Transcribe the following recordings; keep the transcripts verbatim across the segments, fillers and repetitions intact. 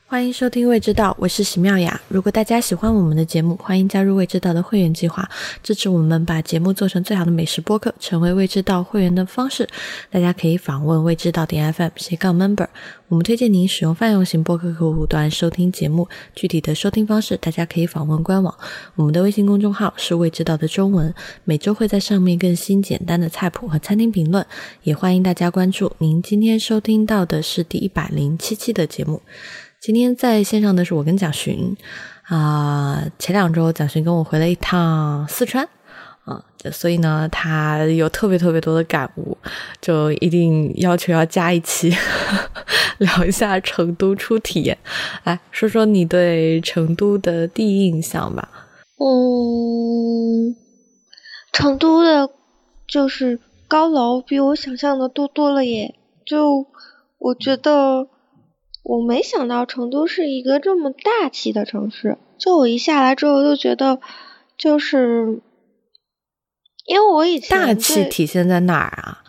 欢迎收听未知道，我是席妙雅。如果大家喜欢我们的节目，欢迎加入未知道的会员计划，支持我们把节目做成最好的美食播客。成为未知道会员的方式，大家可以访问未知道点 F M 斜杠 member。我们推荐您使用泛用型播客客户端收听节目，具体的收听方式大家可以访问官网。我们的微信公众号是未知道的中文，每周会在上面更新简单的菜谱和餐厅评论，也欢迎大家关注。您今天收听到的是第一百零七期的节目。今天在线上的是我跟蒋勋啊、呃，前两周蒋勋跟我回了一趟四川啊、呃，所以呢他有特别特别多的感悟，就一定要求要加一期聊一下成都初体验。来说说你对成都的第一印象吧。 嗯，成都的就是高楼比我想象的多多了耶，就我觉得我没想到成都是一个这么大气的城市，就我一下来之后就觉得，就是因为我以前大气体现在哪儿啊？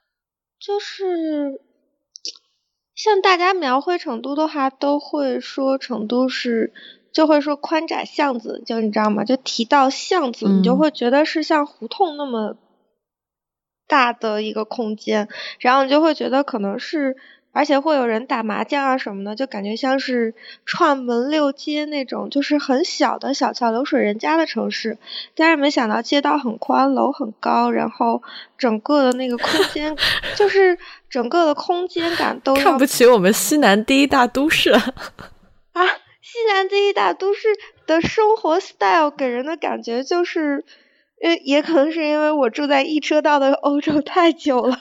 就是像大家描绘成都的话，都会说成都是就会说宽窄巷子，就你知道吗？就提到巷子， 嗯、 你就会觉得是像胡同那么大的一个空间，然后你就会觉得可能是。而且会有人打麻将啊什么的，就感觉像是串门六街那种，就是很小的小桥流水人家的城市。但是没想到街道很宽，楼很高，然后整个的那个空间，就是整个的空间感都看不起我们西南第一大都市啊！ 西南第一大都市的生活 style 给人的感觉就是。呃，也可能是因为我住在一车道的欧洲太久了，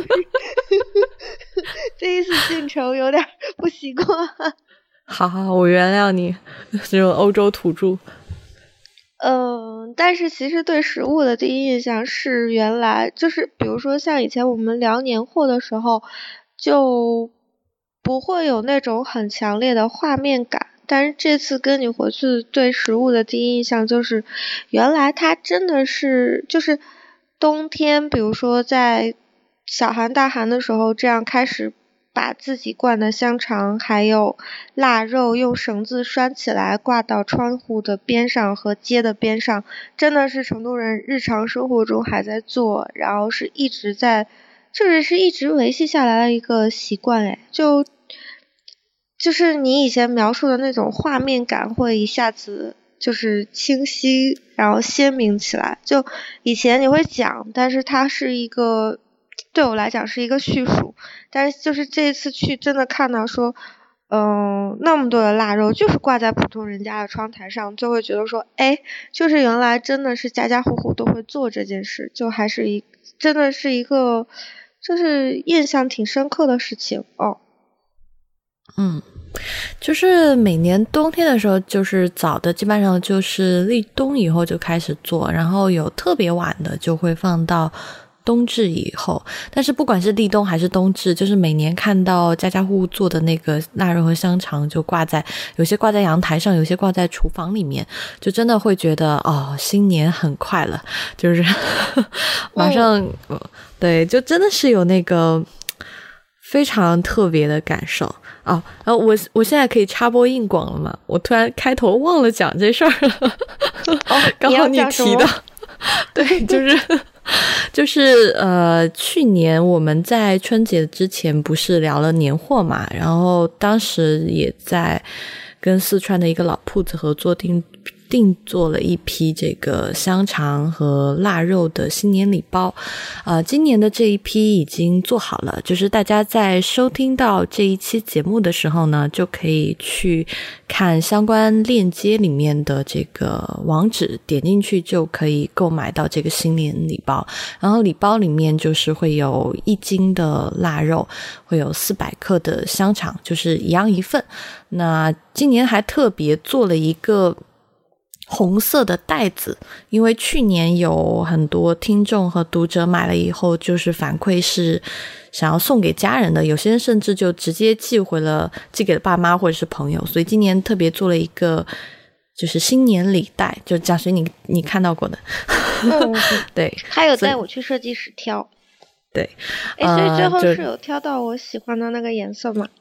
这一次进城有点不习惯。 好好，我原谅你，这种欧洲土著。 嗯、呃，但是其实对食物的第一印象是原来就是，比如说像以前我们聊年货的时候，就不会有那种很强烈的画面感。但是这次跟你回去对食物的第一印象就是，原来它真的是就是冬天，比如说在小寒大寒的时候，这样开始把自己灌的香肠还有腊肉用绳子拴起来挂到窗户的边上和街的边上，真的是成都人日常生活中还在做，然后是一直在就是是一直维系下来的一个习惯诶，就就是你以前描述的那种画面感会一下子就是清晰然后鲜明起来，就以前你会讲，但是它是一个对我来讲是一个叙述，但是就是这一次去真的看到说嗯、呃，那么多的腊肉就是挂在普通人家的窗台上，就会觉得说哎，就是原来真的是家家户户都会做这件事，就还是一真的是一个就是印象挺深刻的事情哦。 嗯，就是每年冬天的时候，就是早的基本上就是立冬以后就开始做，然后有特别晚的就会放到冬至以后。但是不管是立冬还是冬至，就是每年看到家家户户做的那个腊肉和香肠，就挂在有些挂在阳台上，有些挂在厨房里面，就真的会觉得哦，新年很快了，就是马上、嗯、对，就真的是有那个非常特别的感受。哦，然后我我现在可以插播硬广了吗？我突然开头忘了讲这事儿了。 哦， 刚好你提到，对，就是就是呃，去年我们在春节之前不是聊了年货嘛，然后当时也在跟四川的一个老铺子合作定定做了一批这个香肠和腊肉的新年礼包，呃，今年的这一批已经做好了，就是大家在收听到这一期节目的时候呢，就可以去看相关链接里面的这个网址，点进去就可以购买到这个新年礼包。然后礼包里面就是会有一斤的腊肉，会有四百克的香肠，就是一样一份。那今年还特别做了一个红色的袋子，因为去年有很多听众和读者买了以后就是反馈是想要送给家人的，有些人甚至就直接寄回了寄给了爸妈或者是朋友，所以今年特别做了一个就是新年礼袋，就假设你你看到过的嗯对， 还有带我去设计师挑， 对， 诶所以最后呃、 是有挑到我喜欢的那个颜色吗？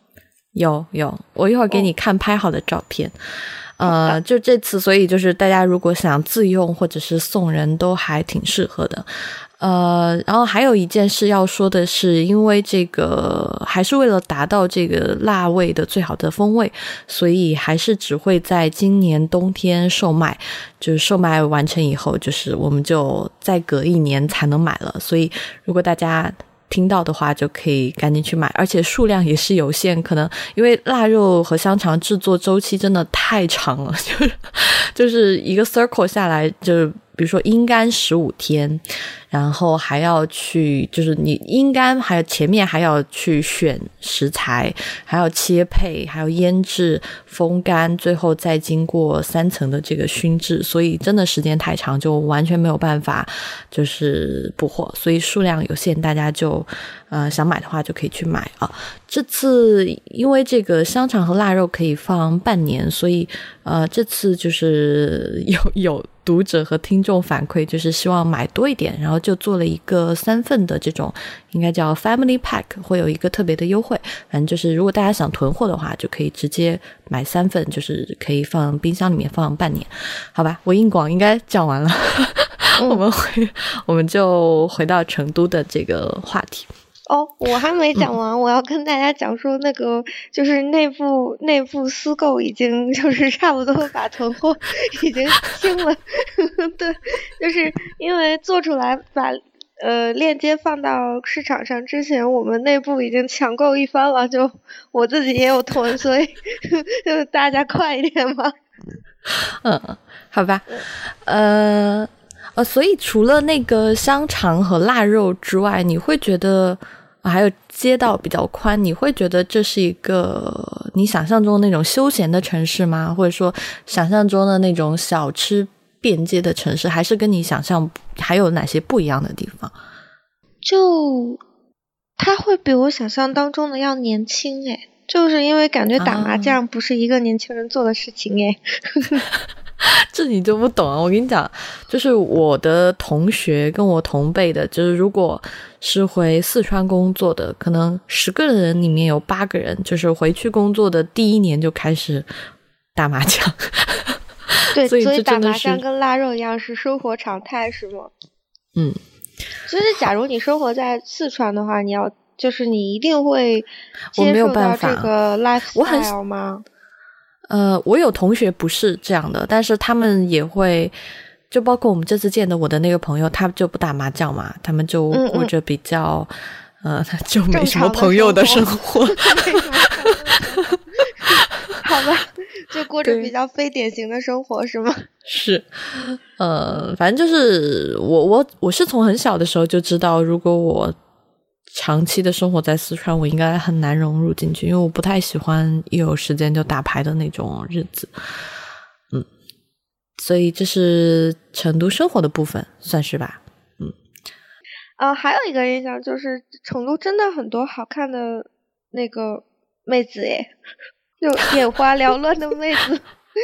有有，我一会儿给你看拍好的照片。哦、呃，就这次，所以就是大家如果想自用或者是送人都还挺适合的。呃，然后还有一件事要说的是，因为这个还是为了达到这个辣味的最好的风味，所以还是只会在今年冬天售卖，就是售卖完成以后，就是我们就再隔一年才能买了。所以如果大家听到的话就可以赶紧去买，而且数量也是有限，可能因为腊肉和香肠制作周期真的太长了，就是就是一个 circle 下来，就是比如说阴干十五天，然后还要去就是你阴干还有前面还要去选食材，还要切配，还要腌制风干，最后再经过三层的这个熏制，所以真的时间太长，就完全没有办法就是补货，所以数量有限，大家就呃想买的话就可以去买啊。这次因为这个香肠和腊肉可以放半年，所以呃这次就是有有读者和听众反馈，就是希望买多一点，然后就做了一个三份的这种应该叫 family pack， 会有一个特别的优惠。反正就是如果大家想囤货的话，就可以直接买三份，就是可以放冰箱里面放半年。好吧，我硬广应该讲完了。我们回我们就回到成都的这个话题。 哦，我还没讲完、嗯、我要跟大家讲说那个就是内部内部私购已经就是差不多把囤货已经清了。对，就是因为做出来把呃链接放到市场上之前，我们内部已经抢购一番了，就我自己也有囤，所以就大家快一点吧。 嗯，好吧。呃呃，所以除了那个香肠和腊肉之外，你会觉得还有街道比较宽，你会觉得这是一个你想象中的那种休闲的城市吗？或者说想象中的那种小吃便捷的城市，还是跟你想象还有哪些不一样的地方？ 就它会比我想象当中的要年轻诶，就是因为感觉打麻将不是一个年轻人做的事情诶。 这你就不懂啊！我跟你讲，就是我的同学跟我同辈的，就是如果是回四川工作的，可能十个人里面有八个人，就是回去工作的第一年就开始打麻将。 对， 所以所以打麻将跟腊肉一样是生活常态，是吗？ 嗯， 就是假如你生活在四川的话，你要就是你一定会接受到这个 lifestyle 吗？ 呃，我有同学不是这样的，但是他们也会，就包括我们这次见的我的那个朋友，他就不打麻将嘛，他们就过着比较， 嗯嗯呃，就没什么朋友的生活。 好吧，就过着比较非典型的生活是吗？ 是，呃，反正就是我我我是从很小的时候就知道，如果我长期的生活在四川，我应该很难融入进去，因为我不太喜欢一有时间就打牌的那种日子。嗯，所以这是成都生活的部分，算是吧。嗯， 呃，还有一个印象就是成都真的很多好看的那个妹子耶，就眼花缭乱的妹子。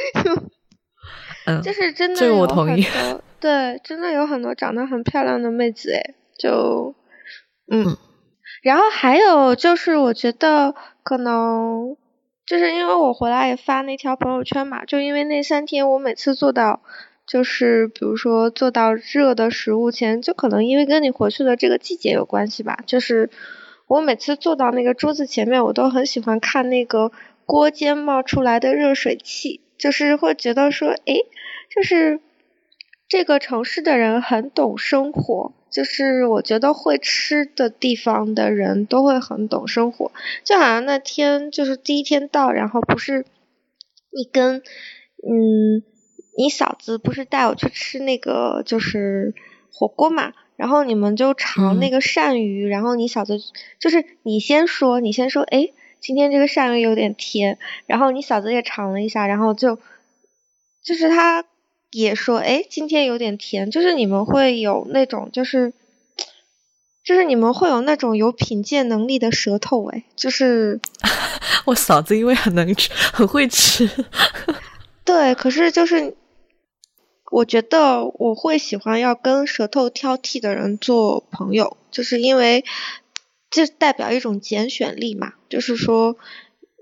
嗯， 就是真的这个我同意。 对，真的有很多长得很漂亮的妹子诶，就嗯。嗯，然后还有就是我觉得可能就是因为我回来也发那条朋友圈嘛，就因为那三天我每次做到就是比如说做到热的食物前，就可能因为跟你回去的这个季节有关系吧，就是我每次坐到那个桌子前面，我都很喜欢看那个锅间冒出来的热水器，就是会觉得说诶，就是这个城市的人很懂生活，就是我觉得会吃的地方的人都会很懂生活。就好像那天就是第一天到，然后不是你跟嗯你嫂子不是带我去吃那个就是火锅嘛，然后你们就尝那个鳝鱼、嗯、然后你嫂子就是你先说你先说诶今天这个鳝鱼有点甜，然后你嫂子也尝了一下，然后就就是他也说诶今天有点甜，就是你们会有那种就是就是你们会有那种有品鉴能力的舌头诶，就是我嫂子因为很能吃很会吃对，可是就是我觉得我会喜欢要跟舌头挑剔的人做朋友，就是因为这代表一种拣选力嘛，就是说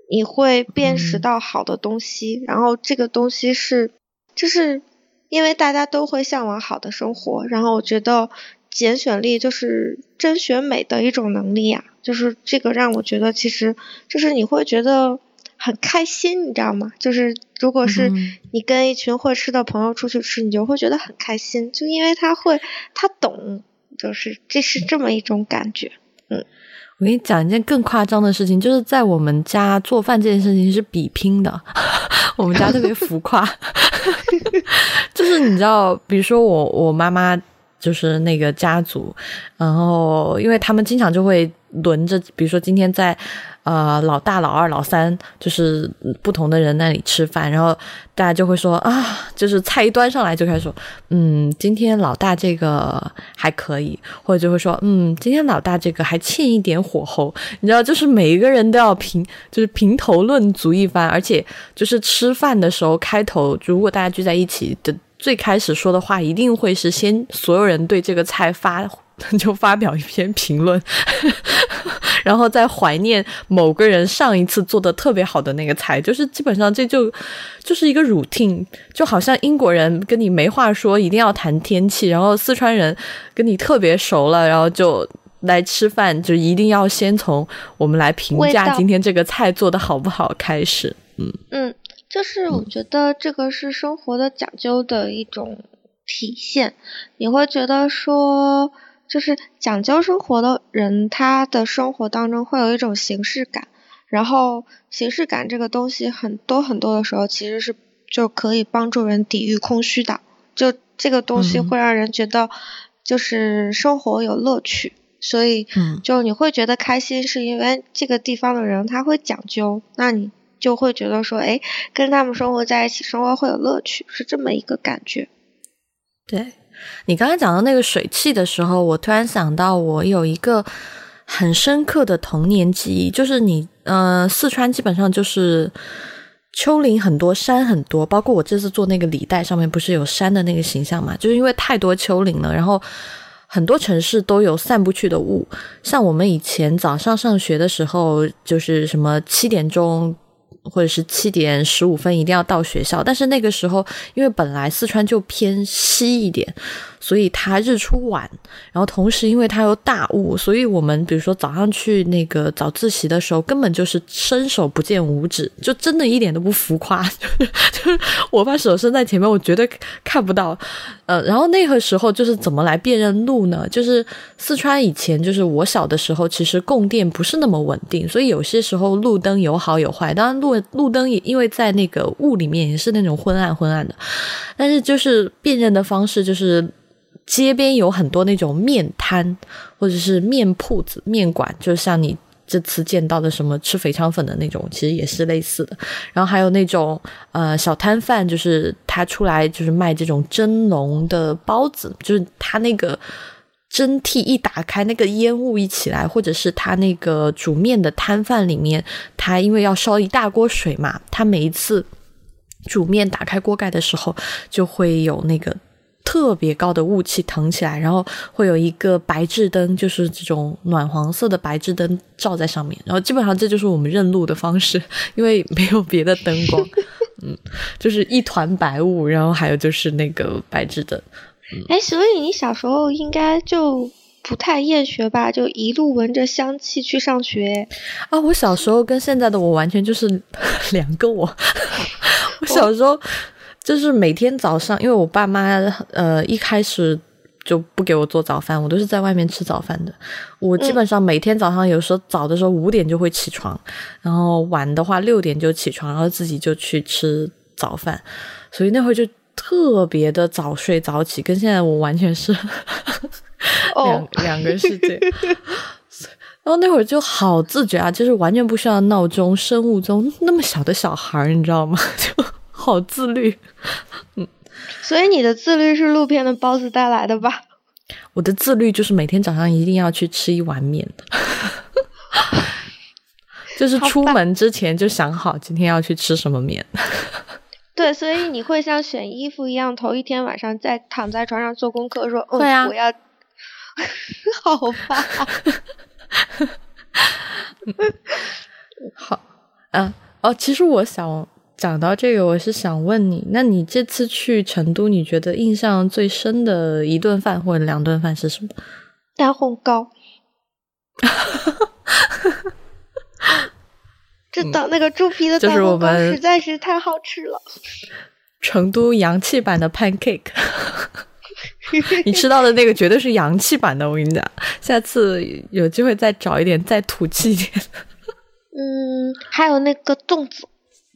你会辨识到好的东西，嗯、然后这个东西是，就是因为大家都会向往好的生活，然后我觉得拣选力就是甄选美的一种能力啊，就是这个让我觉得其实就是你会觉得很开心，你知道吗？就是如果是你跟一群会吃的朋友出去吃，你就会觉得很开心，就因为他会他懂，就是这是这么一种感觉。嗯， 我跟你讲一件更夸张的事情，就是在我们家做饭这件事情是比拼的，我们家特别浮夸，就是你知道，比如说我我妈妈就是那个家族，然后因为他们经常就会轮着，比如说今天在呃老大老二老三就是不同的人那里吃饭，然后大家就会说啊，就是菜一端上来就开始说嗯今天老大这个还可以，或者就会说嗯今天老大这个还欠一点火候，你知道，就是每一个人都要评就是评头论足一番，而且就是吃饭的时候开头如果大家聚在一起的最开始说的话一定会是先所有人对这个菜发就发表一篇评论然后再怀念某个人上一次做的特别好的那个菜，就是基本上这就就是一个 routine， 就好像英国人跟你没话说一定要谈天气，然后四川人跟你特别熟了然后就来吃饭就一定要先从我们来评价今天这个菜做的好不好开始。嗯嗯，就是我觉得这个是生活的讲究的一种体现，你会觉得说就是讲究生活的人他的生活当中会有一种形式感，然后形式感这个东西很多很多的时候其实是就可以帮助人抵御空虚的，就这个东西会让人觉得就是生活有乐趣，嗯、所以就你会觉得开心是因为这个地方的人他会讲究，那你就会觉得说诶跟他们生活在一起生活会有乐趣，是这么一个感觉。 对，你刚才讲到那个水汽的时候，我突然想到我有一个很深刻的童年记忆，就是你呃，四川基本上就是丘陵很多山很多，包括我这次做那个履带上面不是有山的那个形象嘛，就是因为太多丘陵了，然后很多城市都有散不去的雾，像我们以前早上上学的时候就是什么七点钟或者是七点十五分一定要到学校，但是那个时候因为本来四川就偏西一点，所以它日出晚，然后同时因为它有大雾，所以我们比如说早上去那个早自习的时候根本就是伸手不见五指，就真的一点都不浮夸，就是就是我把手伸在前面我绝对看不到。呃，然后那个时候就是怎么来辨认路呢，就是四川以前就是我小的时候其实供电不是那么稳定，所以有些时候路灯有好有坏，当然路路灯也因为在那个雾里面也是那种昏暗昏暗的，但是就是辨认的方式就是街边有很多那种面摊或者是面铺子面馆，就像你这次见到的什么吃肥肠粉的那种其实也是类似的，然后还有那种呃小摊贩，就是他出来就是卖这种蒸笼的包子，就是他那个蒸屉一打开那个烟雾一起来，或者是他那个煮面的摊贩里面他因为要烧一大锅水嘛，他每一次煮面打开锅盖的时候就会有那个特别高的雾气腾起来，然后会有一个白炽灯，就是这种暖黄色的白炽灯照在上面，然后基本上这就是我们认路的方式，因为没有别的灯光嗯，就是一团白雾，然后还有就是那个白炽灯。 哎、嗯，所以你小时候应该就不太厌学吧，就一路闻着香气去上学啊！我小时候跟现在的我完全就是两个我我小时候就是每天早上，因为我爸妈呃一开始就不给我做早饭，我都是在外面吃早饭的。我基本上每天早上有时候早的时候五点就会起床，然后晚的话六点就起床，然后自己就去吃早饭，所以那会儿就特别的早睡早起，跟现在我完全是两、oh. 两个世界。然后那会儿就好自觉啊，就是完全不需要闹钟，生物钟那么小的小孩你知道吗，就好自律。嗯， 所以你的自律是路边的包子带来的吧？ 我的自律就是每天早上一定要去吃一碗面就是出门之前就想好今天要去吃什么面对，所以你会像选衣服一样，头一天晚上在躺在床上做功课说会啊、 嗯、我要好吧好啊哦，其实我想讲到这个，我是想问你，那你这次去成都，你觉得印象最深的一顿饭或者两顿饭是什么？ 大红糕。这的那个猪皮的大红糕实在是太好吃了。 成都洋气版的 pancake。你吃到的那个绝对是洋气版的，我跟你讲，下次有机会再找一点再土气一点。 嗯，还有那个粽子。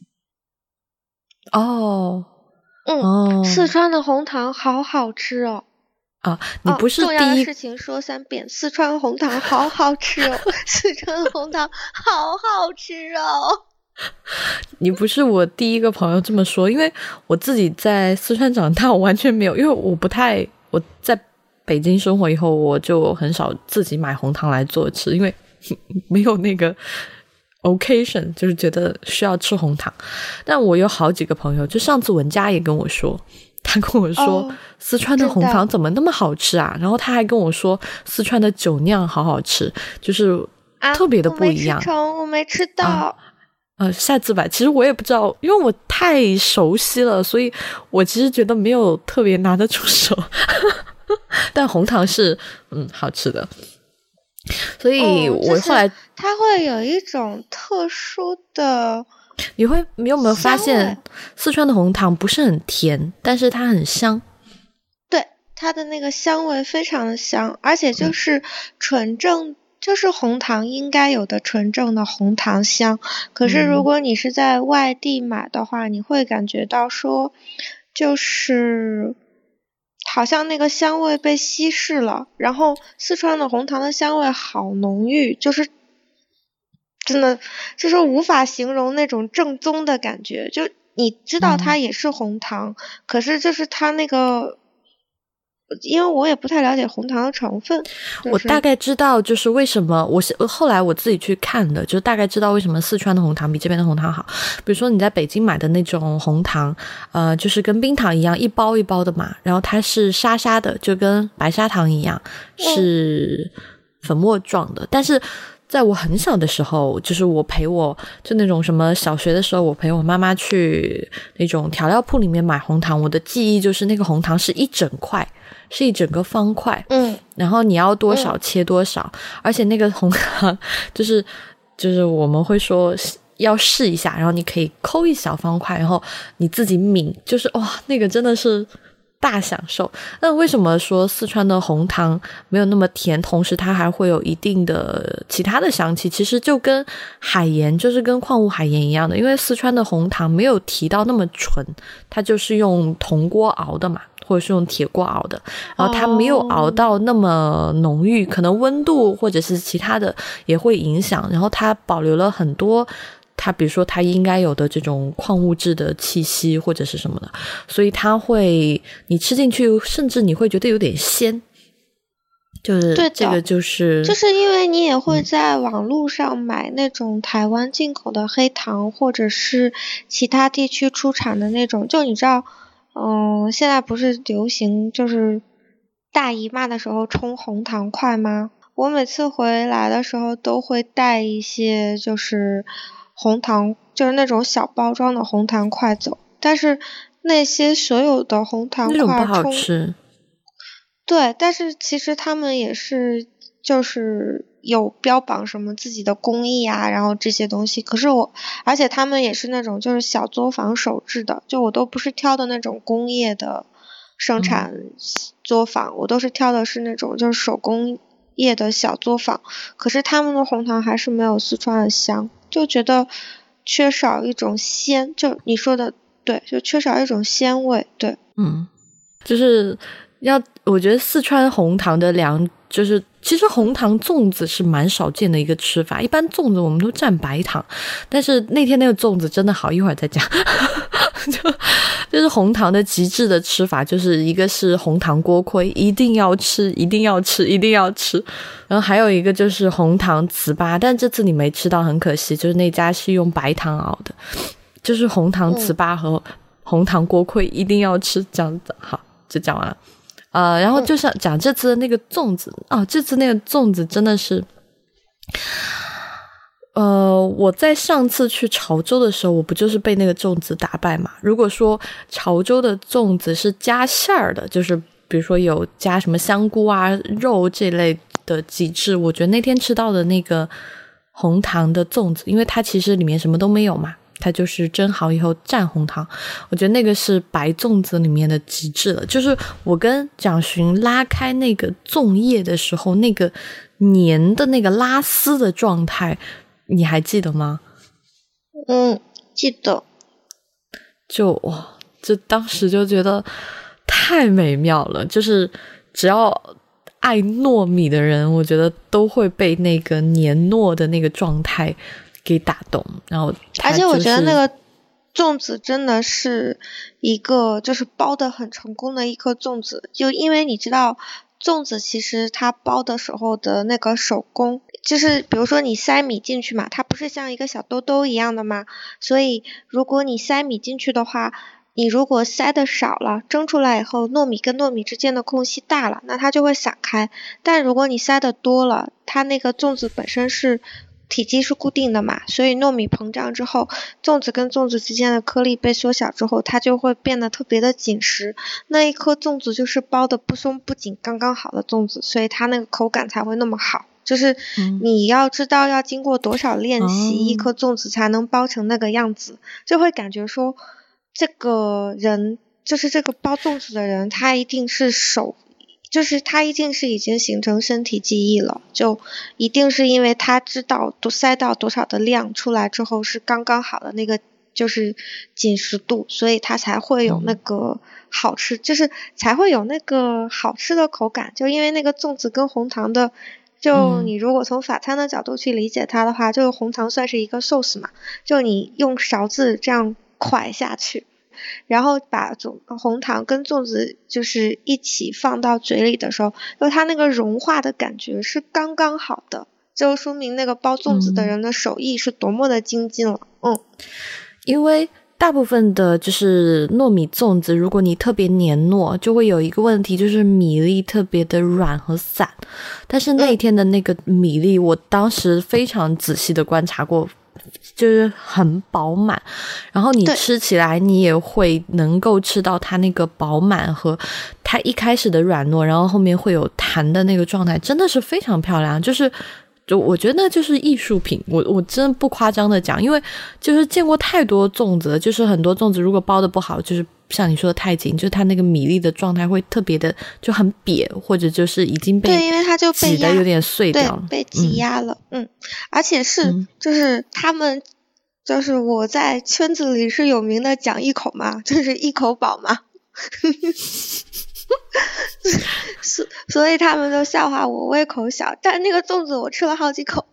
哦， 嗯、 哦， 四川的红糖好好吃哦。 啊，你不是第一、 哦、重要的事情说三遍，四川红糖好好吃哦，四川红糖好好吃哦。 你不是我第一个朋友这么说，因为我自己在四川长大，我完全没有，因为我不太，我在北京生活以后，我就很少自己买红糖来做吃，因为没有那个 occasion， 就是觉得需要吃红糖。但我有好几个朋友，就上次文佳也跟我说，他跟我说、哦、四川的红糖怎么那么好吃啊，然后他还跟我说四川的酒酿好好吃，就是特别的不一样。 啊、我没吃成，我没吃到。 啊呃，下次吧。其实我也不知道，因为我太熟悉了，所以我其实觉得没有特别拿得出手。但红糖是嗯好吃的，所以我后来、 哦、它会有一种特殊的。 你会你有没有发现四川的红糖不是很甜，但是它很香？ 对，它的那个香味非常的香，而且就是纯正。嗯就是红糖应该有的纯正的红糖香，可是如果你是在外地买的话、嗯、你会感觉到说就是好像那个香味被稀释了，然后四川的红糖的香味好浓郁，就是真的就是无法形容那种正宗的感觉，就你知道它也是红糖、嗯、可是就是它那个因为我也不太了解红糖的成分、就是、 我大概知道就是为什么我后来我自己去看的，就大概知道为什么四川的红糖比这边的红糖好。比如说你在北京买的那种红糖呃，就是跟冰糖一样一包一包的嘛，然后它是沙沙的，就跟白砂糖一样是粉末状的、嗯、但是在我很小的时候，就是我陪我就那种什么小学的时候，我陪我妈妈去那种调料铺里面买红糖，我的记忆就是那个红糖是一整块，是一整个方块， 嗯， 然后你要多少切多少、嗯、而且那个红糖就是就是我们会说要试一下，然后你可以抠一小方块，然后你自己抿，就是哇，那个真的是大享受。那为什么说四川的红糖没有那么甜，同时它还会有一定的其他的香气？其实就跟海盐，就是跟矿物海盐一样的，因为四川的红糖没有提到那么纯，它就是用铜锅熬的嘛，或者是用铁锅熬的，然后它没有熬到那么浓郁、oh. 可能温度或者是其他的也会影响，然后它保留了很多它比如说它应该有的这种矿物质的气息或者是什么的，所以它会你吃进去甚至你会觉得有点鲜，就是这个就是就是因为你也会在网络上买那种台湾进口的黑糖、嗯、或者是其他地区出产的那种，就你知道嗯，现在不是流行就是大姨妈的时候冲红糖块吗？我每次回来的时候都会带一些就是红糖，就是那种小包装的红糖块走，但是那些所有的红糖块那种不好吃。 对，但是其实他们也是就是有标榜什么自己的工艺啊，然后这些东西，可是我而且他们也是那种就是小作坊手制的，就我都不是挑的那种工业的生产作坊、嗯、我都是挑的是那种就是手工业的小作坊，可是他们的红糖还是没有四川的香，就觉得缺少一种鲜，就你说的对，就缺少一种鲜味。对， 嗯，就是要我觉得四川红糖的两就是其实红糖粽子是蛮少见的一个吃法，一般粽子我们都蘸白糖，但是那天那个粽子真的好，一会儿再讲就就是红糖的极致的吃法，就是一个是红糖锅盔，一定要吃一定要吃一定要吃，然后还有一个就是红糖糍粑，但这次你没吃到很可惜，就是那家是用白糖熬的，就是红糖糍粑和红糖锅盔一定要吃，这样子好就讲完了。呃，然后就像讲这次的那个粽子、嗯、哦，这次那个粽子真的是， 呃，我在上次去潮州的时候，我不就是被那个粽子打败嘛？如果说潮州的粽子是加馅儿的，就是比如说有加什么香菇啊、肉这类的极致，我觉得那天吃到的那个红糖的粽子，因为它其实里面什么都没有嘛，它就是蒸好以后蘸红糖，我觉得那个是白粽子里面的极致了。就是我跟蒋勋拉开那个粽叶的时候，那个黏的那个拉丝的状态，你还记得吗？ 嗯，记得。 就哇，就当时就觉得太美妙了，就是只要爱糯米的人，我觉得都会被那个黏糯的那个状态给打动。然后、就是， 而且我觉得那个粽子真的是一个就是包得很成功的一颗粽子，就因为你知道粽子其实它包的时候的那个手工，就是比如说你塞米进去嘛，它不是像一个小兜兜一样的嘛，所以如果你塞米进去的话，你如果塞的少了，蒸出来以后糯米跟糯米之间的空隙大了，那它就会散开。但如果你塞的多了，它那个粽子本身是体积是固定的嘛，所以糯米膨胀之后，粽子跟粽子之间的颗粒被缩小之后，它就会变得特别的紧实。那一颗粽子就是包的不松不紧刚刚好的粽子，所以它那个口感才会那么好。就是你要知道要经过多少练习、嗯、一颗粽子才能包成那个样子，就会感觉说这个人就是这个包粽子的人，他一定是手就是他一定是已经形成身体记忆了，就一定是因为他知道多塞到多少的量出来之后是刚刚好的那个就是紧实度，所以他才会有那个好吃、嗯、就是才会有那个好吃的口感。就因为那个粽子跟红糖的，就你如果从法餐的角度去理解它的话，就红糖算是一个寿司嘛，就你用勺子这样蒯下去，然后把红糖跟粽子就是一起放到嘴里的时候，就它那个融化的感觉是刚刚好的，就说明那个包粽子的人的手艺是多么的精进了。嗯， 因为大部分的就是糯米粽子，如果你特别黏糯，就会有一个问题，就是米粒特别的软和散。但是那天的那个米粒，我当时非常仔细的观察过，就是很饱满，然后你吃起来你也会能够吃到它那个饱满和它一开始的软糯，然后后面会有弹的那个状态，真的是非常漂亮。就是就我觉得那就是艺术品，我我真的不夸张的讲，因为就是见过太多粽子了，就是很多粽子如果包的不好，就是像你说的太紧，就是它那个米粒的状态会特别的就很瘪，或者就是已经被对，因为它就被挤得有点碎掉了， 对，被挤压了。嗯, 嗯而且是、嗯、就是他们就是我在圈子里是有名的讲一口嘛，就是一口饱嘛所所以他们都笑话我胃口小，但那个粽子我吃了好几口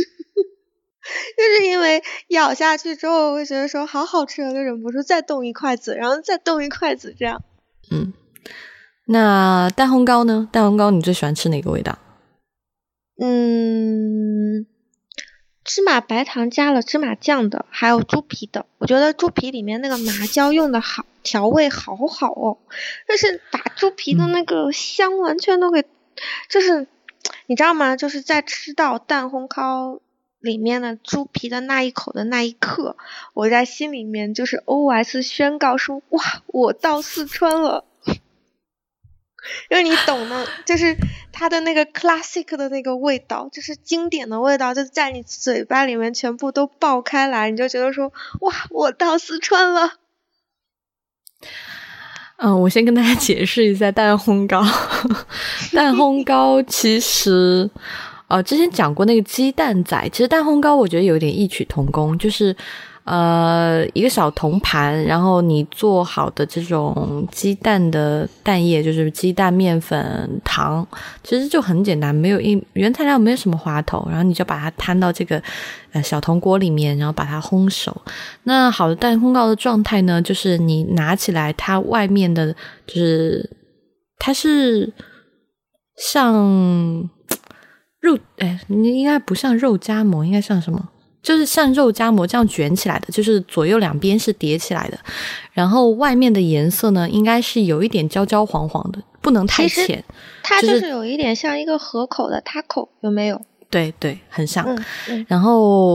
就是因为咬下去之后我会觉得说好好吃，就忍不住再动一筷子，然后再动一筷子这样。 嗯，那蛋烘糕呢？蛋烘糕你最喜欢吃哪个味道？ 嗯，芝麻白糖加了芝麻酱的，还有猪皮的。我觉得猪皮里面那个麻椒用的好，调味好好哦，就是把猪皮的那个香完全都给、嗯、就是你知道吗，就是在吃到蛋烘糕里面的猪皮的那一口的那一刻，我在心里面就是 O S 宣告说哇我到四川了因为你懂的，就是它的那个 classic 的那个味道，就是经典的味道，就在你嘴巴里面全部都爆开来，你就觉得说哇我到四川了。 嗯，我先跟大家解释一下蛋烘糕蛋烘糕其实呃，之前讲过那个鸡蛋仔，其实蛋烘糕我觉得有点异曲同工，就是呃一个小铜盘，然后你做好的这种鸡蛋的蛋液，就是鸡蛋、面粉、糖，其实就很简单，没有一原材料没有什么花头，然后你就把它摊到这个呃小铜锅里面，然后把它烘熟。那好的蛋烘糕的状态呢，就是你拿起来，它外面的就是它是像肉，哎，你应该不像肉夹馍，应该像什么？就是像肉夹馍这样卷起来的，就是左右两边是叠起来的，然后外面的颜色呢，应该是有一点焦焦黄黄的，不能太浅。 它就是有一点像一个河口的 taco， 有没有？ 对对，很像。 嗯嗯、 然后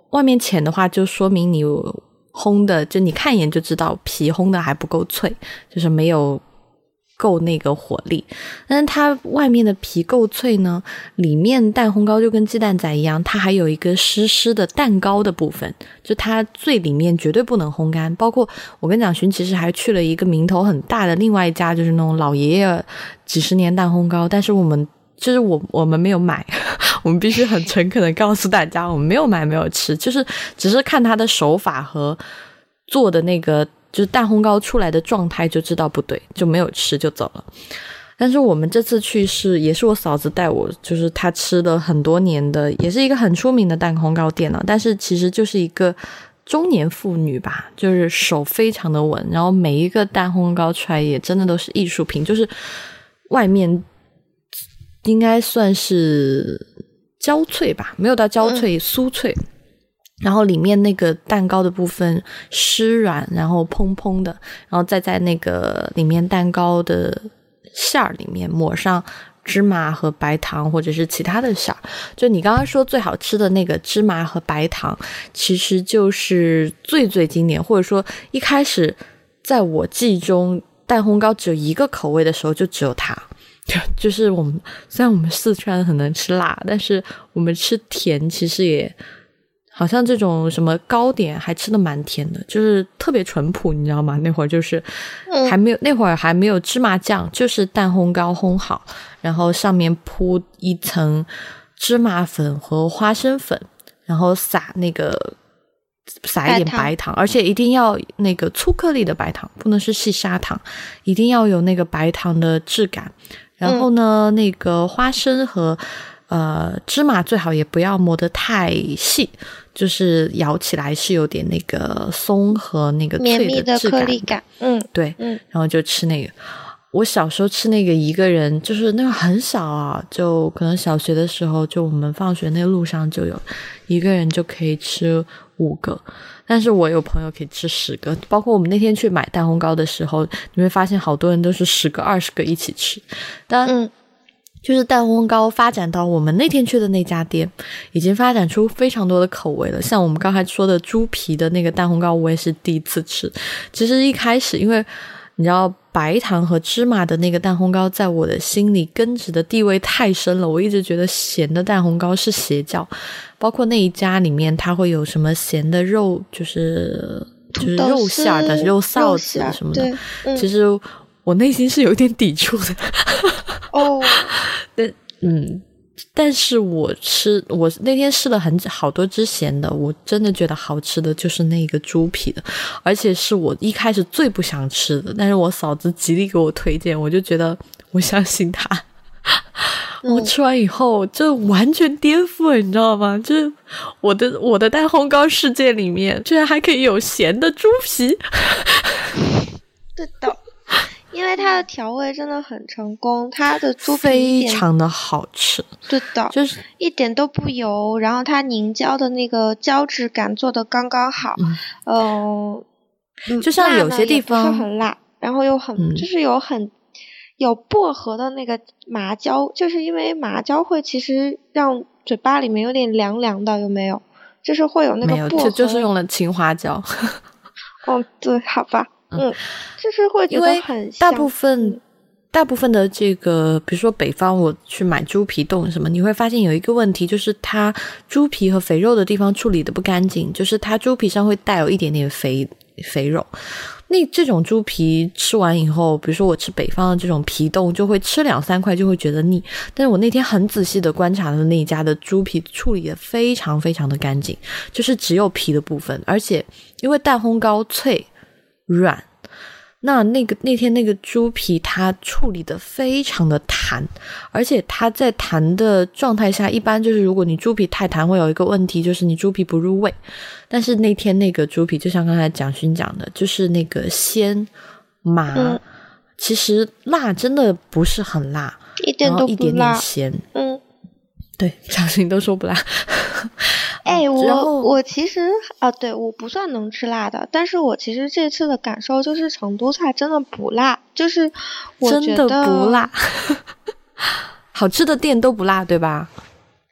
外面浅的话就说明你烘的就你看一眼就知道皮烘的还不够脆，就是没有够那个火力。但是它外面的皮够脆呢，里面蛋烘糕就跟鸡蛋仔一样，它还有一个湿湿的蛋糕的部分，就它最里面绝对不能烘干。包括我跟蒋勋其实还去了一个名头很大的另外一家，就是那种老爷爷几十年蛋烘糕，但是我们就是我我们没有买我们必须很诚恳的告诉大家我们没有买没有吃，就是只是看他的手法和做的那个就是蛋烘糕出来的状态就知道不对，就没有吃就走了。但是我们这次去是也是我嫂子带我，就是她吃了很多年的，也是一个很出名的蛋烘糕店了，但是其实就是一个中年妇女吧，就是手非常的稳，然后每一个蛋烘糕出来也真的都是艺术品，就是外面应该算是焦脆吧，没有到焦脆，嗯、酥脆，然后里面那个蛋糕的部分湿软，然后蓬蓬的，然后再在那个里面蛋糕的馅儿里面抹上芝麻和白糖或者是其他的馅儿。就你刚刚说最好吃的那个芝麻和白糖，其实就是最最经典，或者说一开始在我记忆中蛋烘糕只有一个口味的时候就只有它。就是我们虽然我们四川很能吃辣，但是我们吃甜其实也好像这种什么糕点还吃得蛮甜的，就是特别淳朴，你知道吗？那会儿就是还没有、嗯、那会儿还没有芝麻酱，就是蛋烘糕烘好，然后上面铺一层芝麻粉和花生粉，然后撒那个撒一点白糖，而且一定要那个粗颗粒的白糖，不能是细砂糖，一定要有那个白糖的质感。然后呢、嗯、那个花生和呃芝麻最好也不要磨得太细，就是咬起来是有点那个松和那个脆的质感，绵密的颗粒感。嗯，对，嗯，然后就吃那个。我小时候吃那个一个人就是那个很少啊，就可能小学的时候就我们放学那个路上就有一个人就可以吃五个，但是我有朋友可以吃十个，包括我们那天去买蛋烘糕的时候，你会发现好多人都是十个二十个一起吃。但嗯，就是蛋烘糕发展到我们那天去的那家店已经发展出非常多的口味了，像我们刚才说的猪皮的那个蛋烘糕我也是第一次吃。其实一开始因为你知道白糖和芝麻的那个蛋烘糕在我的心里根植的地位太深了，我一直觉得咸的蛋烘糕是邪教，包括那一家里面它会有什么咸的肉，就是就是肉馅的肉臊子什么的、嗯、其实我内心是有点抵触的哦，但嗯但是我吃我那天试了很好多只咸的，我真的觉得好吃的就是那个猪皮的，而且是我一开始最不想吃的，但是我嫂子极力给我推荐，我就觉得我相信她嗯、我吃完以后就完全颠覆了，你知道吗？就是我的我的蛋烘糕世界里面居然还可以有咸的猪皮对的，因为它的调味真的很成功，它的猪皮非常的好吃， 对的， 就是一点都不油，然后它凝胶的那个胶质感做得刚刚好，嗯、呃， 就像有些地方不是很辣，然后又很、嗯、就是有很有薄荷的那个麻椒，就是因为麻椒会其实让嘴巴里面有点凉凉的，有没有？就是会有那个薄荷， 没有，就就是用了青花椒哦，对，好吧。嗯，就是会觉得很香。 大部分大部分的这个比如说北方我去买猪皮冻什么，你会发现有一个问题，就是它猪皮和肥肉的地方处理的不干净，就是它猪皮上会带有一点点肥肥肉。那这种猪皮吃完以后，比如说我吃北方的这种皮冻，就会吃两三块就会觉得腻，但是我那天很仔细的观察了那一家的猪皮处理的非常非常的干净，就是只有皮的部分，而且因为蛋烘糕脆软，那那个那天那个猪皮它处理的非常的弹，而且它在弹的状态下，一般就是如果你猪皮太弹会有一个问题，就是你猪皮不入味，但是那天那个猪皮就像刚才蒋勋讲的，就是那个鲜麻、嗯、其实辣真的不是很辣， 一点都不辣， 然后一点点咸， 嗯， 对，蒋勋都说不辣哎，我我其实啊，对，我不算能吃辣的，但是我其实这次的感受就是成都菜真的不辣，就是我觉得真的不辣好吃的店都不辣对吧？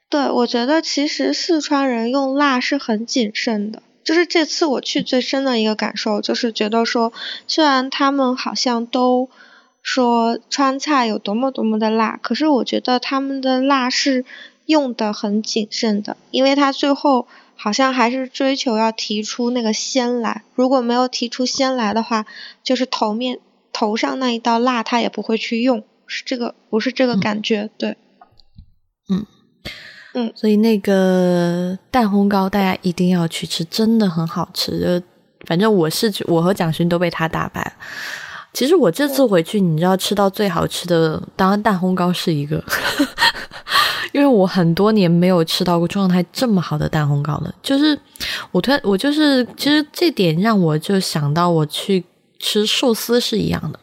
对，我觉得其实四川人用辣是很谨慎的，就是这次我去最深的一个感受就是觉得说，虽然他们好像都说川菜有多么多么的辣，可是我觉得他们的辣是用的很谨慎的，因为他最后好像还是追求要提出那个鲜来，如果没有提出鲜来的话，就是头面头上那一道辣他也不会去用，是这个不是这个感觉、嗯、对嗯嗯， 所以那个蛋烘糕大家一定要去吃，真的很好吃，就反正我是我和蒋勋都被他打败了。其实我这次回去你知道吃到最好吃的当然蛋烘糕是一个因为我很多年没有吃到过状态这么好的蛋烘糕了，就是我突然我就是其实这点让我就想到我去吃寿司是一样的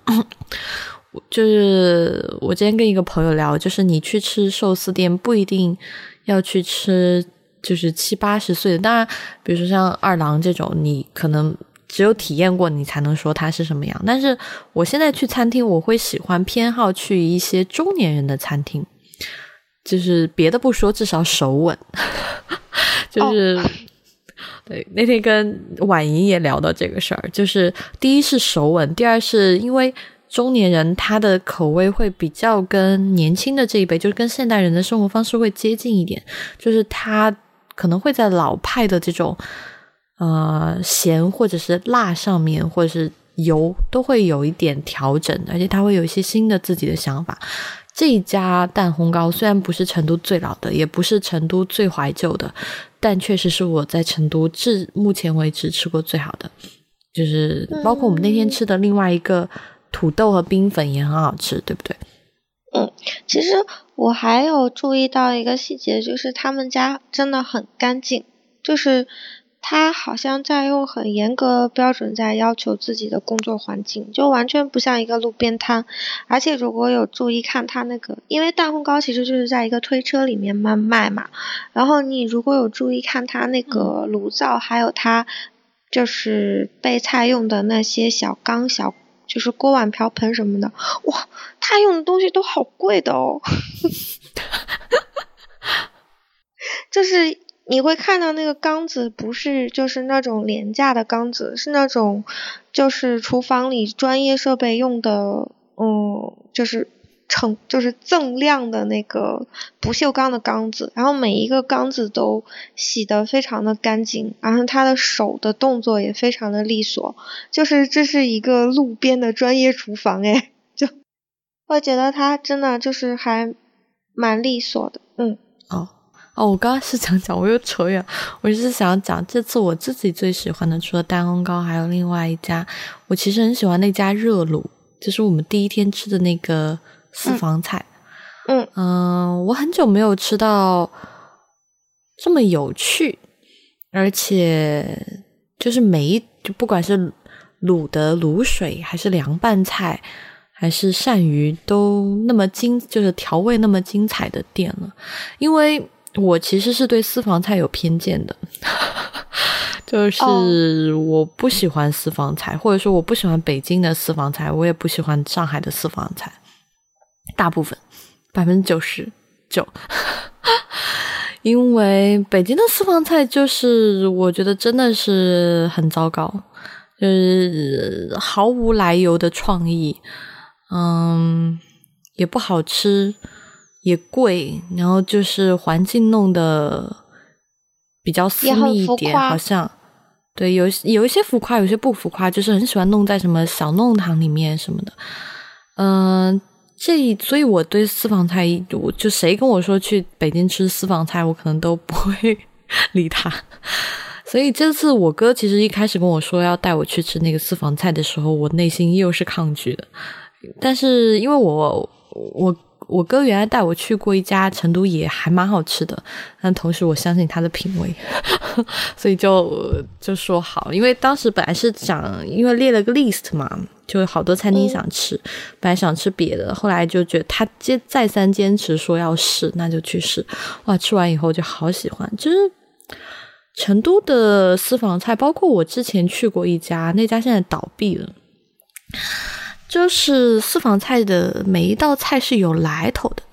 就是我今天跟一个朋友聊，就是你去吃寿司店不一定要去吃就是七八十岁的，当然比如说像二郎这种你可能只有体验过你才能说它是什么样，但是我现在去餐厅我会喜欢偏好去一些中年人的餐厅，就是别的不说至少手稳就是、oh. 对，那天跟婉莹也聊到这个事儿，就是第一是手稳，第二是因为中年人他的口味会比较跟年轻的这一辈就是跟现代人的生活方式会接近一点，就是他可能会在老派的这种呃咸或者是辣上面或者是油都会有一点调整，而且他会有一些新的自己的想法。这一家蛋烘糕虽然不是成都最老的也不是成都最怀旧的，但确实是我在成都至目前为止吃过最好的，就是包括我们那天吃的另外一个土豆和冰粉也很好吃，对不对？ 嗯，其实我还有注意到一个细节，就是他们家真的很干净，就是他好像在用很严格的标准在要求自己的工作环境，就完全不像一个路边摊。而且如果有注意看他那个，因为蛋烘糕其实就是在一个推车里面卖卖嘛，然后你如果有注意看他那个炉灶、嗯、还有他就是备菜用的那些小缸小就是锅碗瓢盆什么的，哇，他用的东西都好贵的哦就是你会看到那个缸子不是就是那种廉价的缸子，是那种就是厨房里专业设备用的，嗯，就是成就是锃亮的那个不锈钢的缸子，然后每一个缸子都洗得非常的干净，然后他的手的动作也非常的利索，就是这是一个路边的专业厨房诶，就我觉得他真的就是还蛮利索的。嗯， 哦哦，我刚刚是想讲我又扯远，我就是想讲这次我自己最喜欢的除了蛋烘糕还有另外一家，我其实很喜欢那家热卤，就是我们第一天吃的那个私房菜。 嗯嗯、 呃、我很久没有吃到这么有趣，而且就是每一就不管是卤的卤水还是凉拌菜还是鳝鱼都那么精，就是调味那么精彩的店了。因为我其实是对私房菜有偏见的就是我不喜欢私房菜，或者说我不喜欢北京的私房菜，我也不喜欢上海的私房菜，大部分百分之九十九因为北京的私房菜就是我觉得真的是很糟糕，就是毫无来由的创意，嗯，也不好吃也贵，然后就是环境弄得比较私密一点，好像对有有一些浮夸有些不浮夸，就是很喜欢弄在什么小弄堂里面什么的。嗯、呃，这所以我对私房菜我就谁跟我说去北京吃私房菜我可能都不会理他。所以这次我哥其实一开始跟我说要带我去吃那个私房菜的时候，我内心又是抗拒的。但是因为我我我哥原来带我去过一家成都也还蛮好吃的，但同时我相信他的品味所以就就说好，因为当时本来是想因为列了个 list 嘛，就好多餐厅想吃、嗯、本来想吃别的，后来就觉得他接再三坚持说要试，那就去试。哇，吃完以后就好喜欢，就是成都的私房菜，包括我之前去过一家，那家现在倒闭了，就是私房菜的每一道菜是有来头的，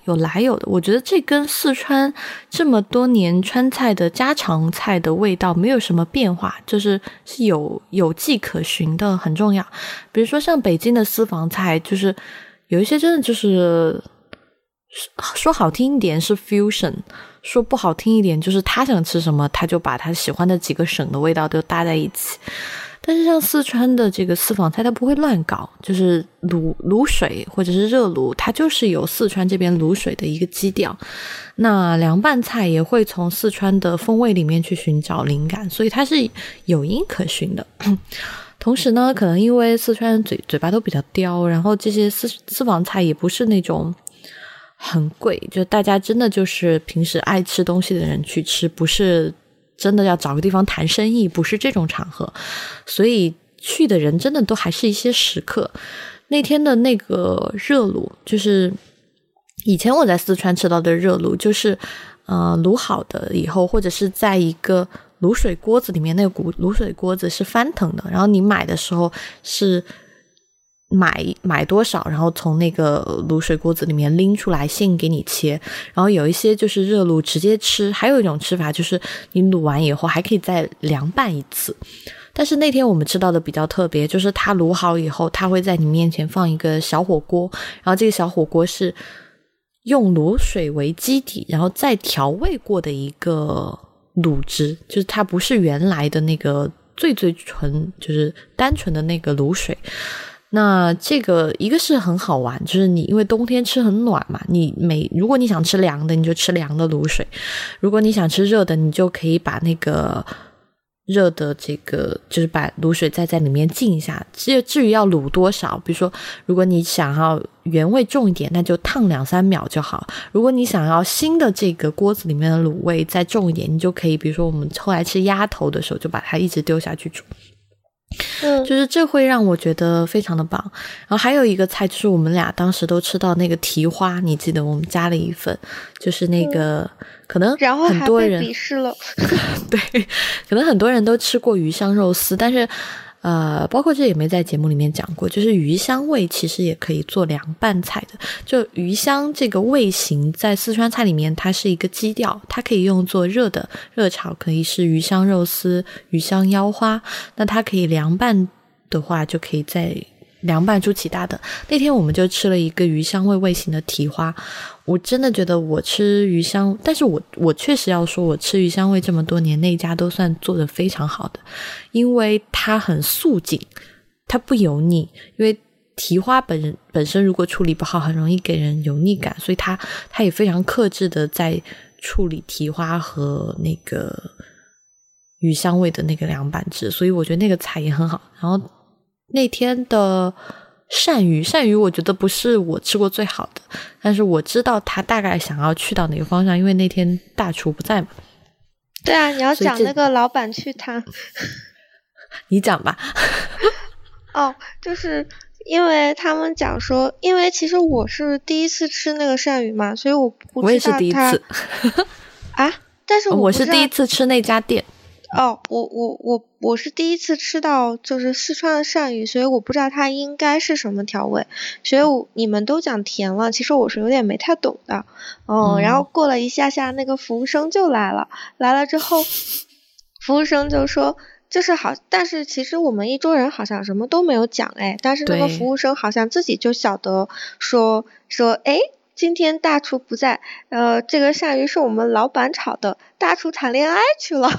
有来有的。我觉得这跟四川这么多年川菜的家常菜的味道没有什么变化，就是是有有迹可循的，很重要。比如说像北京的私房菜，就是有一些真的就是说好听一点是 fusion， 说不好听一点就是他想吃什么他就把他喜欢的几个省的味道都搭在一起。但是像四川的这个私房菜它不会乱搞，就是卤卤水或者是热卤，它就是有四川这边卤水的一个基调。那凉拌菜也会从四川的风味里面去寻找灵感，所以它是有因可循的。同时呢，可能因为四川人嘴嘴巴都比较刁，然后这些私私房菜也不是那种很贵，就大家真的就是平时爱吃东西的人去吃，不是真的要找个地方谈生意，不是这种场合，所以去的人真的都还是一些食客。那天的那个热卤，就是以前我在四川吃到的热卤，就是呃卤好的以后，或者是在一个卤水锅子里面，那个卤水锅子是翻腾的，然后你买的时候是买买多少，然后从那个卤水锅子里面拎出来现给你切。然后有一些就是热卤直接吃，还有一种吃法就是你卤完以后还可以再凉拌一次。但是那天我们吃到的比较特别，就是它卤好以后它会在你面前放一个小火锅，然后这个小火锅是用卤水为基底，然后再调味过的一个卤汁，就是它不是原来的那个最最纯就是单纯的那个卤水。那这个一个是很好玩，就是你因为冬天吃很暖嘛，你每如果你想吃凉的你就吃凉的卤水，如果你想吃热的你就可以把那个热的这个就是把卤水再在里面浸一下。至至于要卤多少，比如说如果你想要原味重一点，那就烫两三秒就好。如果你想要新的这个锅子里面的卤味再重一点，你就可以比如说我们后来吃鸭头的时候就把它一直丢下去煮。 嗯， 就是这会让我觉得非常的棒。然后还有一个菜就是我们俩当时都吃到那个蹄花，你记得我们加了一份，就是那个、嗯、可能然后还被很多人鄙视了对，可能很多人都吃过鱼香肉丝，但是呃，包括这也没在节目里面讲过，就是鱼香味其实也可以做凉拌菜的。就鱼香这个味型在四川菜里面它是一个基调，它可以用作热的热炒，可以是鱼香肉丝、鱼香腰花，那它可以凉拌的话就可以再凉拌出其他的。那天我们就吃了一个鱼香味味型的蹄花，我真的觉得我吃鱼香，但是我我确实要说我吃鱼香味这么多年，那家都算做得非常好的，因为它很素净，它不油腻，因为蹄花本本身如果处理不好很容易给人油腻感，所以它它也非常克制的在处理蹄花和那个鱼香味的那个凉拌汁，所以我觉得那个菜也很好。然后那天的鳝鱼鳝鱼我觉得不是我吃过最好的，但是我知道他大概想要去到哪个方向，因为那天大厨不在嘛。 对啊，你要讲那个老板去他你讲吧哦，就是因为他们讲说，因为其实我是第一次吃那个鳝鱼嘛，所以我不知道它。 我也是第一次啊，但是 我, 我是第一次吃那家店。 哦，我我我我是第一次吃到就是四川的鳝鱼，所以我不知道它应该是什么调味，所以我你们都讲甜了，其实我是有点没太懂的。哦、嗯，然后过了一下下，那个服务生就来了，来了之后，服务生就说就是好，但是其实我们一桌人好像什么都没有讲哎，但是那个服务生好像自己就晓得说说哎。今天大厨不在，呃，这个鳝鱼是我们老板炒的，大厨谈恋爱去了，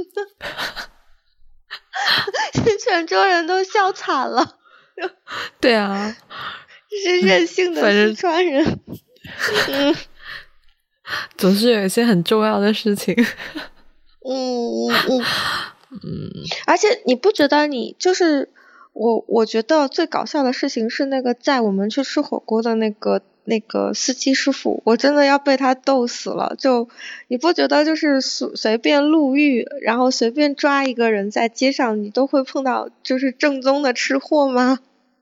全桌人都笑惨了。 对啊， 这是任性的四川人，嗯， 总是有一些很重要的事情。 嗯嗯嗯嗯，而且你不觉得你就是我？我觉得最搞笑的事情是那个载我们去吃火锅的那个。那个司机师傅，我真的要被他逗死了。就你不觉得就是随随便路遇，然后随便抓一个人在街上，你都会碰到就是正宗的吃货吗？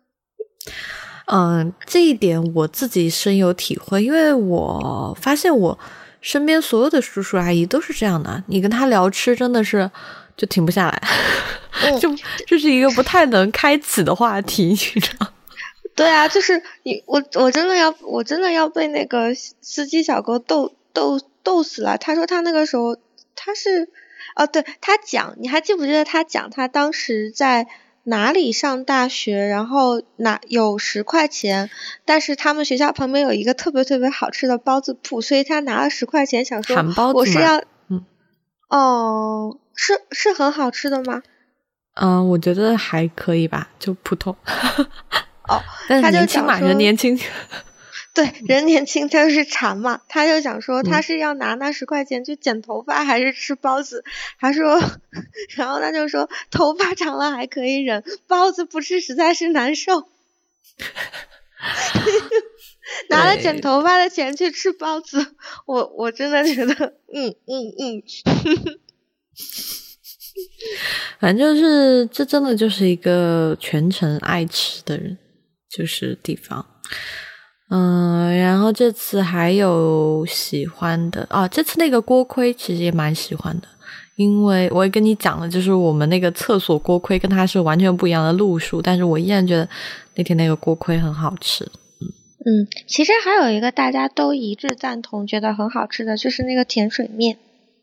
嗯，这一点我自己深有体会，因为我发现我身边所有的叔叔阿姨都是这样的，你跟他聊吃真的是就停不下来，嗯、就这是一个不太能开启的话题，你知道。 对啊，就是你我我真的要我真的要被那个司机小哥逗逗逗死了。他说他那个时候他是哦，对，他讲，你还记不记得他讲他当时在哪里上大学，然后哪有十块钱，但是他们学校旁边有一个特别特别好吃的包子铺，所以他拿了十块钱想说我是要嗯哦，是是很好吃的吗？ 嗯、呃，我觉得还可以吧，就普通。 哦， 但是年轻嘛，人年轻。 对，人年轻就是馋嘛，他就想说他是要拿那十块钱去剪头发，还是吃包子？他说，然后他就说头发长了还可以忍，包子不吃实在是难受。拿了剪头发的钱去吃包子，我我真的觉得，嗯嗯嗯。 反正就是这真的就是一个全程爱吃的人，就是地方。嗯，然后这次还有喜欢的啊，这次那个锅盔其实也蛮喜欢的，因为我也跟你讲了，就是我们那个厕所锅盔跟它是完全不一样的路数，但是我依然觉得那天那个锅盔很好吃。嗯嗯，其实还有一个大家都一致赞同觉得很好吃的，就是那个甜水面。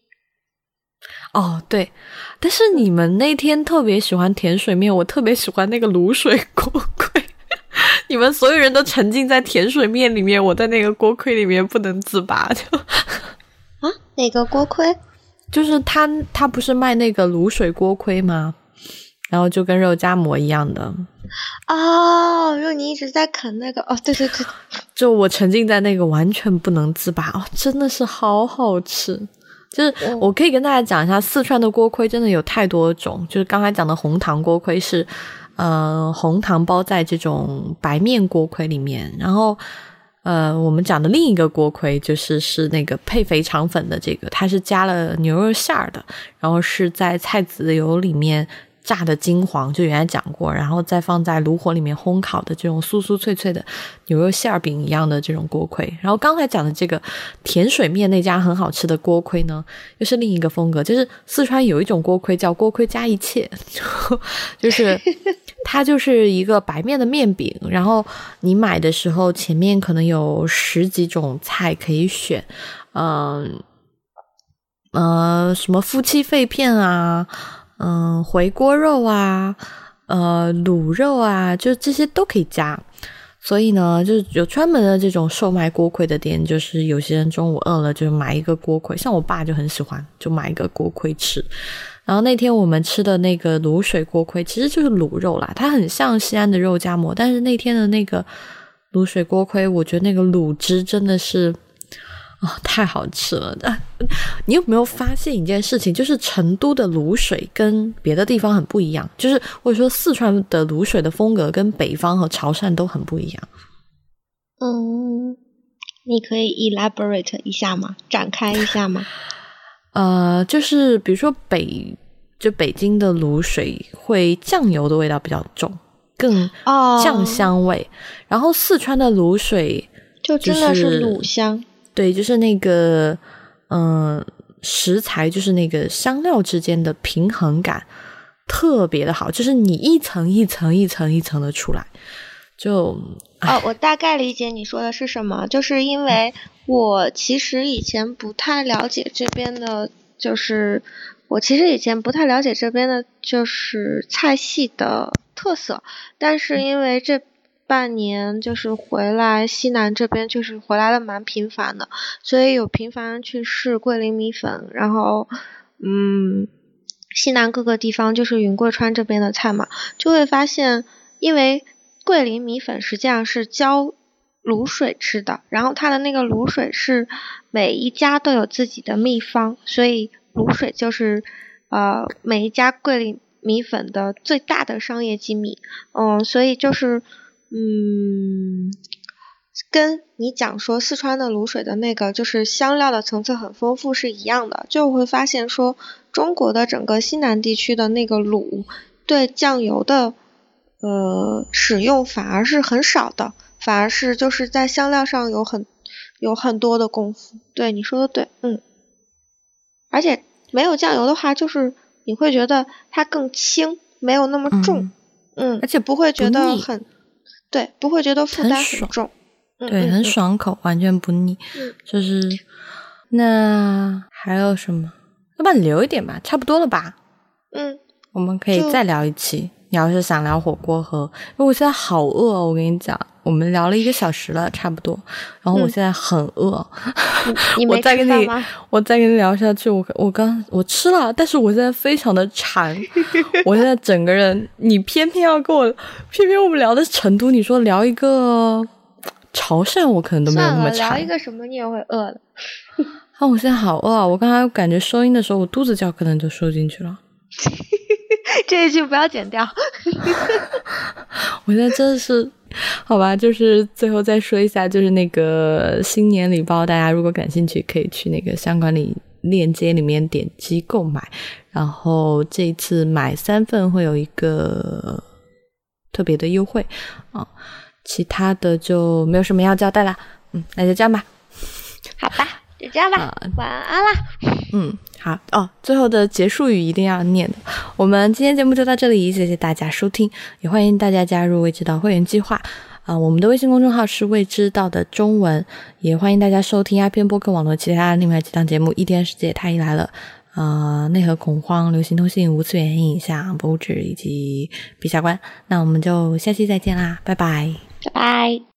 哦，对，但是你们那天特别喜欢甜水面，我特别喜欢那个卤水锅盔。你们所有人都沉浸在甜水面里面，我在那个锅盔里面不能自拔。就啊，哪个锅盔？ 就是他他不是卖那个卤水锅盔吗？然后就跟肉夹馍一样的。 哦，因为你一直在啃那个，哦，对对对， 就我沉浸在那个完全不能自拔，哦，真的是好好吃。就是我可以跟大家讲一下，四川的锅盔真的有太多种，就是刚才讲的红糖锅盔是呃红糖包在这种白面锅盔里面，然后呃我们讲的另一个锅盔就是是那个配肥肠粉的这个，它是加了牛肉馅儿的，然后是在菜籽油里面炸的金黄，就原来讲过，然后再放在炉火里面烘烤的这种酥酥脆脆的牛肉馅饼一样的这种锅盔。然后刚才讲的这个甜水面那家很好吃的锅盔呢，又是另一个风格，就是四川有一种锅盔叫锅盔加一切，就是它就是一个白面的面饼，然后你买的时候前面可能有十几种菜可以选，嗯呃什么夫妻肺片啊，嗯，回锅肉啊，呃，卤肉啊，就这些都可以加。所以呢，就是有专门的这种售卖锅盔的店，就是有些人中午饿了就买一个锅盔，像我爸就很喜欢，就买一个锅盔吃。然后那天我们吃的那个卤水锅盔其实就是卤肉啦，它很像西安的肉夹馍，但是那天的那个卤水锅盔，我觉得那个卤汁真的是哦，太好吃了！你有没有发现一件事情，就是成都的卤水跟别的地方很不一样，就是或者说四川的卤水的风格跟北方和潮汕都很不一样。 嗯，你可以 elaborate 一下吗？展开一下吗？ 呃，就是比如说北就北京的卤水会酱油的味道比较重，更酱香味，哦，然后四川的卤水就真的是卤香。 对，就是那个嗯、呃，食材就是那个香料之间的平衡感特别的好，就是你一层一层一层一层的出来。就哦，我大概理解你说的是什么，就是因为我其实以前不太了解这边的，就是我其实以前不太了解这边的就是菜系的特色，但是因为这半年就是回来西南这边就是回来的蛮频繁的，所以有频繁去试桂林米粉，然后嗯，西南各个地方就是云贵川这边的菜嘛，就会发现因为桂林米粉实际上是浇卤水吃的，然后它的那个卤水是每一家都有自己的秘方，所以卤水就是呃每一家桂林米粉的最大的商业机密。嗯，所以就是嗯，跟你讲说四川的卤水的那个就是香料的层次很丰富是一样的，就会发现说中国的整个西南地区的那个卤对酱油的呃使用反而是很少的，反而是就是在香料上有很有很多的功夫。对，你说的对，嗯，而且没有酱油的话，就是你会觉得它更轻，没有那么重，嗯， 嗯而且不会觉得很对，不会觉得负担很重， 很对、嗯，很爽口，完全不腻。 嗯， 就是那还有什么？要不然留一点吧，差不多了吧？ 嗯， 我们可以再聊一期。你要是想聊火锅和，因为我现在好饿哦，我跟你讲，我们聊了一个小时了，差不多。然后我现在很饿， 嗯、你没吃饭吗？ 我再跟你聊下去，我我刚我吃了，但是我现在非常的馋，我现在整个人，你偏偏要跟我，偏偏我们聊的是成都，你说聊一个潮汕，我可能都没有那么馋。 聊一个什么你也会饿的。 啊，我现在好饿啊！我刚才感觉收音的时候，我肚子叫可能就收进去了。 这一句不要剪掉。 我现在真的是，好吧，就是最后再说一下，就是那个新年礼包，大家如果感兴趣，可以去那个相关里链接里面点击购买。然后这一次买三份会有一个特别的优惠啊，其他的就没有什么要交代了。嗯，那就这样吧。 好吧。就这样吧、啊、晚安啦。 嗯，好哦，最后的结束语一定要念的。我们今天节目就到这里，谢谢大家收听，也欢迎大家加入未知道会员计划啊、呃。我们的微信公众号是未知道的中文，也欢迎大家收听阿片播客网络其他另外几档节目，异电世界太医来了，呃，内核恐慌、流行通信、无次元影像、博物志以及陛下观。那我们就下期再见啦，拜拜， 拜拜。